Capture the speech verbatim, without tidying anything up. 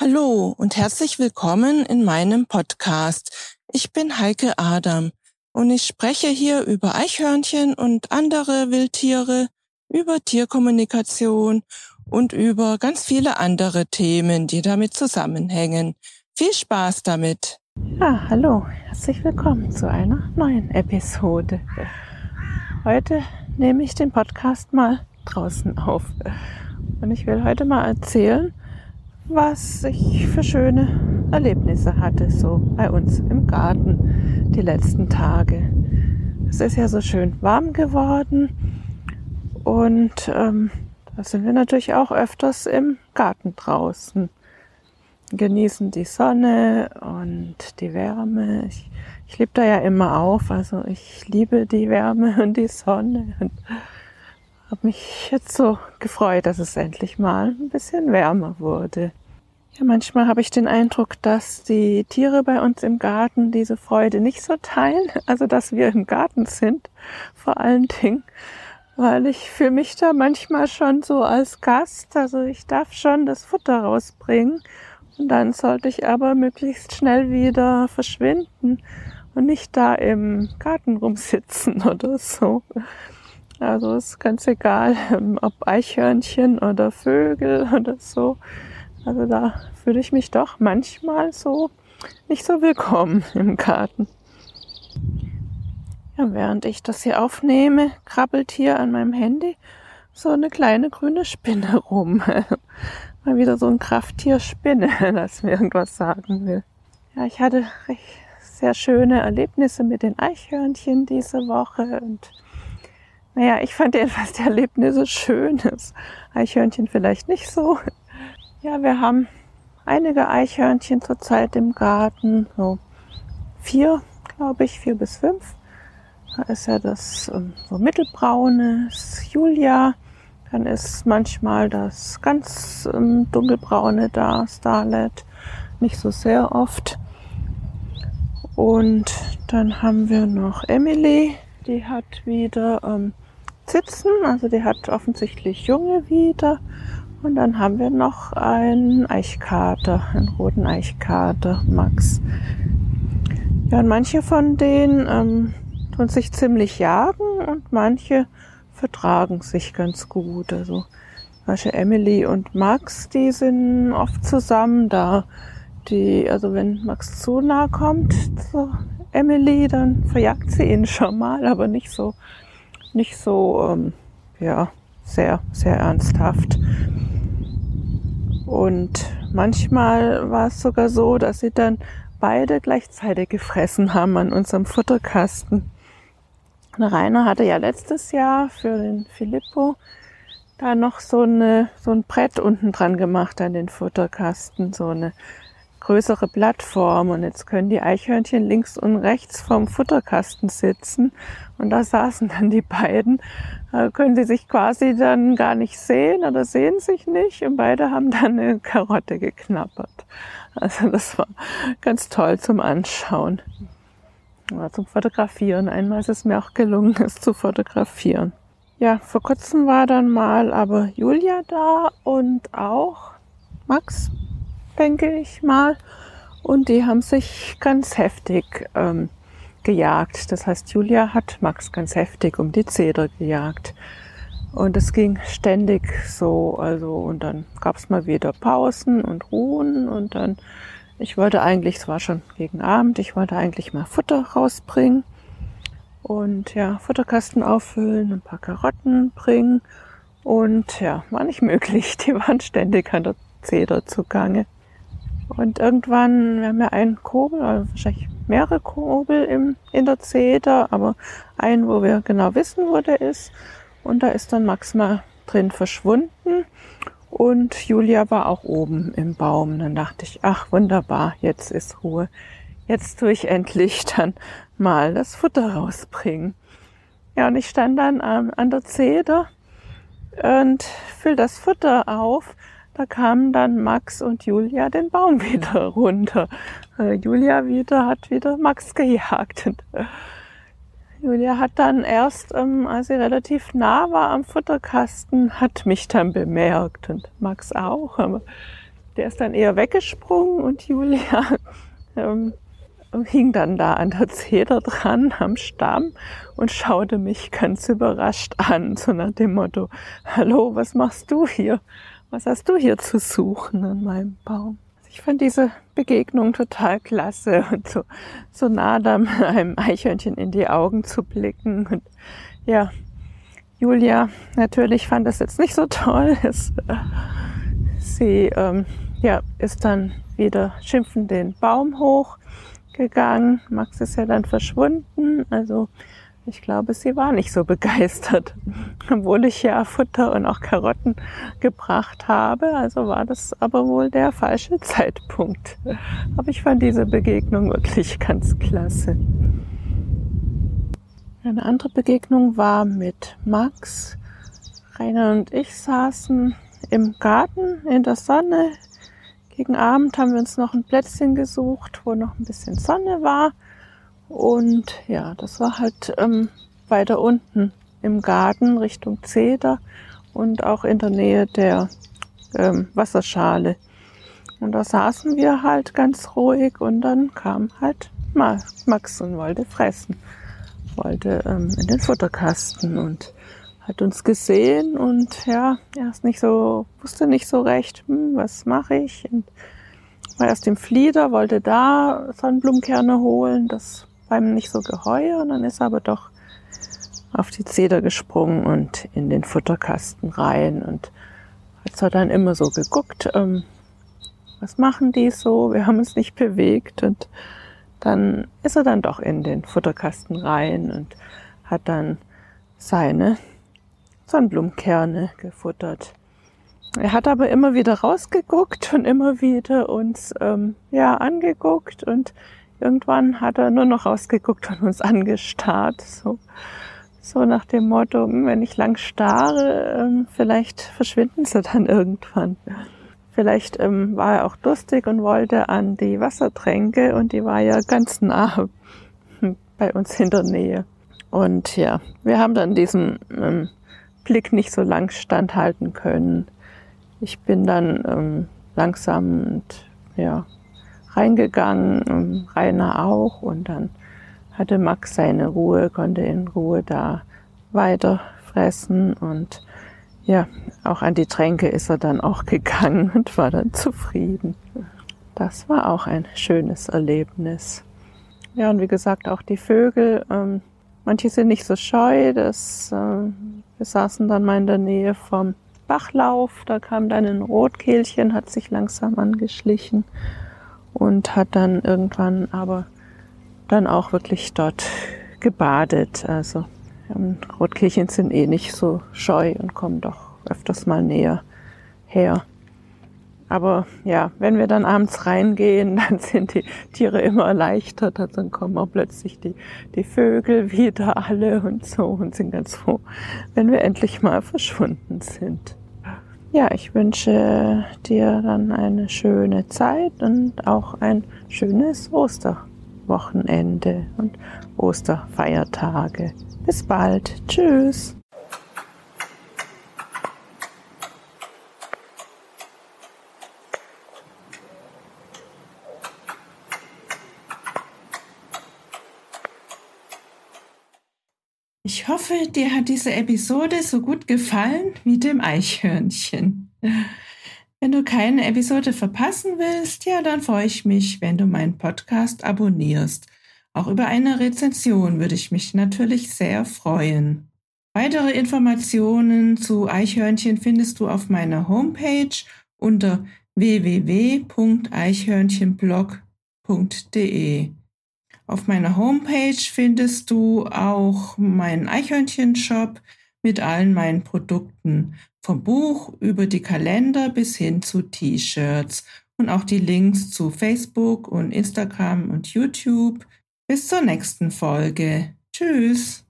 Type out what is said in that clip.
Hallo und herzlich willkommen in meinem Podcast. Ich bin Heike Adam und ich spreche hier über Eichhörnchen und andere Wildtiere, über Tierkommunikation und über ganz viele andere Themen, die damit zusammenhängen. Viel Spaß damit! Ja, hallo, herzlich willkommen zu einer neuen Episode. Heute nehme ich den Podcast mal draußen auf und ich will heute mal erzählen, was ich für schöne Erlebnisse hatte, so bei uns im Garten die letzten Tage. Es ist ja so schön warm geworden und ähm, da sind wir natürlich auch öfters im Garten draußen. Genießen die Sonne und die Wärme. Ich, ich lebe da ja immer auf, also ich liebe die Wärme und die Sonne und habe mich jetzt so gefreut, dass es endlich mal ein bisschen wärmer wurde. Ja, manchmal habe ich den Eindruck, dass die Tiere bei uns im Garten diese Freude nicht so teilen, also dass wir im Garten sind, vor allen Dingen, weil ich fühle mich da manchmal schon so als Gast, also ich darf schon das Futter rausbringen und dann sollte ich aber möglichst schnell wieder verschwinden und nicht da im Garten rumsitzen oder so. Also ist ganz egal, ob Eichhörnchen oder Vögel oder so. Also da fühle ich mich doch manchmal so nicht so willkommen im Garten. Ja, während ich das hier aufnehme, krabbelt hier an meinem Handy so eine kleine grüne Spinne rum. Mal wieder so ein Krafttier-Spinne, das mir irgendwas sagen will. Ja, ich hatte recht sehr schöne Erlebnisse mit den Eichhörnchen diese Woche und naja, ich fand jedenfalls die Erlebnisse schön. Das Eichhörnchen vielleicht nicht so. Ja, wir haben einige Eichhörnchen zurzeit im Garten, so vier, glaube ich, vier bis fünf. Da ist ja das ähm, so mittelbraune, das Julia. Dann ist manchmal das ganz ähm, dunkelbraune da, Starlet, nicht so sehr oft. Und dann haben wir noch Emily, die hat wieder ähm, Zitzen, also die hat offensichtlich Junge wieder. Und dann haben wir noch einen Eichkater, einen roten Eichkater, Max. Ja, und manche von denen ähm, tun sich ziemlich jagen und manche vertragen sich ganz gut. Also manche Emily und Max, die sind oft zusammen da. Die, also wenn Max zu nah kommt zu Emily, dann verjagt sie ihn schon mal, aber nicht so, nicht so, ähm, ja, sehr, sehr ernsthaft. Und manchmal war es sogar so, dass sie dann beide gleichzeitig gefressen haben an unserem Futterkasten. Der Rainer hatte ja letztes Jahr für den Filippo da noch so, eine, so ein Brett unten dran gemacht an den Futterkasten, so eine größere Plattform. Und jetzt können die Eichhörnchen links und rechts vom Futterkasten sitzen. Und da saßen dann die beiden. Da können sie sich quasi dann gar nicht sehen oder sehen sich nicht. Und beide haben dann eine Karotte geknabbert. Also das war ganz toll zum Anschauen. Oder zum Fotografieren. Einmal ist es mir auch gelungen, es zu fotografieren. Ja, vor kurzem war dann mal aber Julia da und auch Max, denke ich mal. Und die haben sich ganz heftig ähm, gejagt. Das heißt, Julia hat Max ganz heftig um die Zeder gejagt. Und es ging ständig so, also und dann gab es mal wieder Pausen und Ruhen und dann, ich wollte eigentlich, es war schon gegen Abend, ich wollte eigentlich mal Futter rausbringen und ja, Futterkasten auffüllen, ein paar Karotten bringen und ja, war nicht möglich, die waren ständig an der Zeder zugange. Und irgendwann, wir haben ja einen Kobel, also wahrscheinlich mehrere Kobel im, in der Zeder, aber einen, wo wir genau wissen, wo der ist. Und da ist dann Max mal drin verschwunden und Julia war auch oben im Baum. Dann dachte ich, ach wunderbar, jetzt ist Ruhe. Jetzt tue ich endlich dann mal das Futter rausbringen. Ja, und ich stand dann an, an der Zeder und füll das Futter auf. Da kamen dann Max und Julia den Baum wieder runter. Äh, Julia wieder hat wieder Max gejagt. Und, äh, Julia hat dann erst, ähm, als sie relativ nah war am Futterkasten, hat mich dann bemerkt und Max auch. Aber der ist dann eher weggesprungen und Julia ähm, hing dann da an der Zeder dran am Stamm und schaute mich ganz überrascht an, so nach dem Motto, hallo, was machst du hier? Was hast du hier zu suchen an meinem Baum? Ich fand diese Begegnung total klasse und so, so nah da einem Eichhörnchen in die Augen zu blicken. Und ja, Julia natürlich fand das jetzt nicht so toll. Es, äh, sie ähm, ja, ist dann wieder schimpfend den Baum hochgegangen. Max ist ja dann verschwunden. Also ich glaube, sie war nicht so begeistert, obwohl ich ja Futter und auch Karotten gebracht habe. Also war das aber wohl der falsche Zeitpunkt. Aber ich fand diese Begegnung wirklich ganz klasse. Eine andere Begegnung war mit Max. Rainer und ich saßen im Garten in der Sonne. Gegen Abend haben wir uns noch ein Plätzchen gesucht, wo noch ein bisschen Sonne war. Und ja, das war halt ähm, weiter unten im Garten Richtung Zeder und auch in der Nähe der ähm, Wasserschale. Und da saßen wir halt ganz ruhig und dann kam halt Max und wollte fressen, wollte ähm, in den Futterkasten und hat uns gesehen und ja, er ist nicht so, wusste nicht so recht, hm, was mache ich? Und war erst im Flieder, wollte da Sonnenblumenkerne holen, das war ihm nicht so geheuer und dann ist er aber doch auf die Zeder gesprungen und in den Futterkasten rein und hat zwar dann immer so geguckt, ähm, was machen die so, wir haben uns nicht bewegt und dann ist er dann doch in den Futterkasten rein und hat dann seine Sonnenblumenkerne gefuttert. Er hat aber immer wieder rausgeguckt und immer wieder uns ähm, ja angeguckt und irgendwann hat er nur noch rausgeguckt und uns angestarrt, so, so nach dem Motto, wenn ich lang starre, ähm, vielleicht verschwinden sie dann irgendwann. Vielleicht ähm, war er auch durstig und wollte an die Wassertränke und die war ja ganz nah bei uns in der Nähe. Und ja, wir haben dann diesen ähm, Blick nicht so lang standhalten können. Ich bin dann ähm, langsam und ja, reingegangen, ähm, Rainer auch und dann hatte Max seine Ruhe, konnte in Ruhe da weiter fressen und ja, auch an die Tränke ist er dann auch gegangen und war dann zufrieden. Das war auch ein schönes Erlebnis. Ja, und wie gesagt, auch die Vögel, ähm, manche sind nicht so scheu, das, äh, wir saßen dann mal in der Nähe vom Bachlauf, da kam dann ein Rotkehlchen, hat sich langsam angeschlichen und hat dann irgendwann aber dann auch wirklich dort gebadet. Also ähm, Rotkehlchen sind eh nicht so scheu und kommen doch öfters mal näher her. Aber ja, wenn wir dann abends reingehen, dann sind die Tiere immer erleichtert. Dann kommen auch plötzlich die, die Vögel wieder alle und so und sind ganz froh, wenn wir endlich mal verschwunden sind. Ja, ich wünsche dir dann eine schöne Zeit und auch ein schönes Osterwochenende und Osterfeiertage. Bis bald. Tschüss. Ich hoffe, dir hat diese Episode so gut gefallen wie dem Eichhörnchen. Wenn du keine Episode verpassen willst, ja, dann freue ich mich, wenn du meinen Podcast abonnierst. Auch über eine Rezension würde ich mich natürlich sehr freuen. Weitere Informationen zu Eichhörnchen findest du auf meiner Homepage unter w w w punkt eichhörnchenblog punkt d e. Auf meiner Homepage findest du auch meinen Eichhörnchen-Shop mit allen meinen Produkten, vom Buch über die Kalender bis hin zu T-Shirts und auch die Links zu Facebook und Instagram und YouTube. Bis zur nächsten Folge. Tschüss!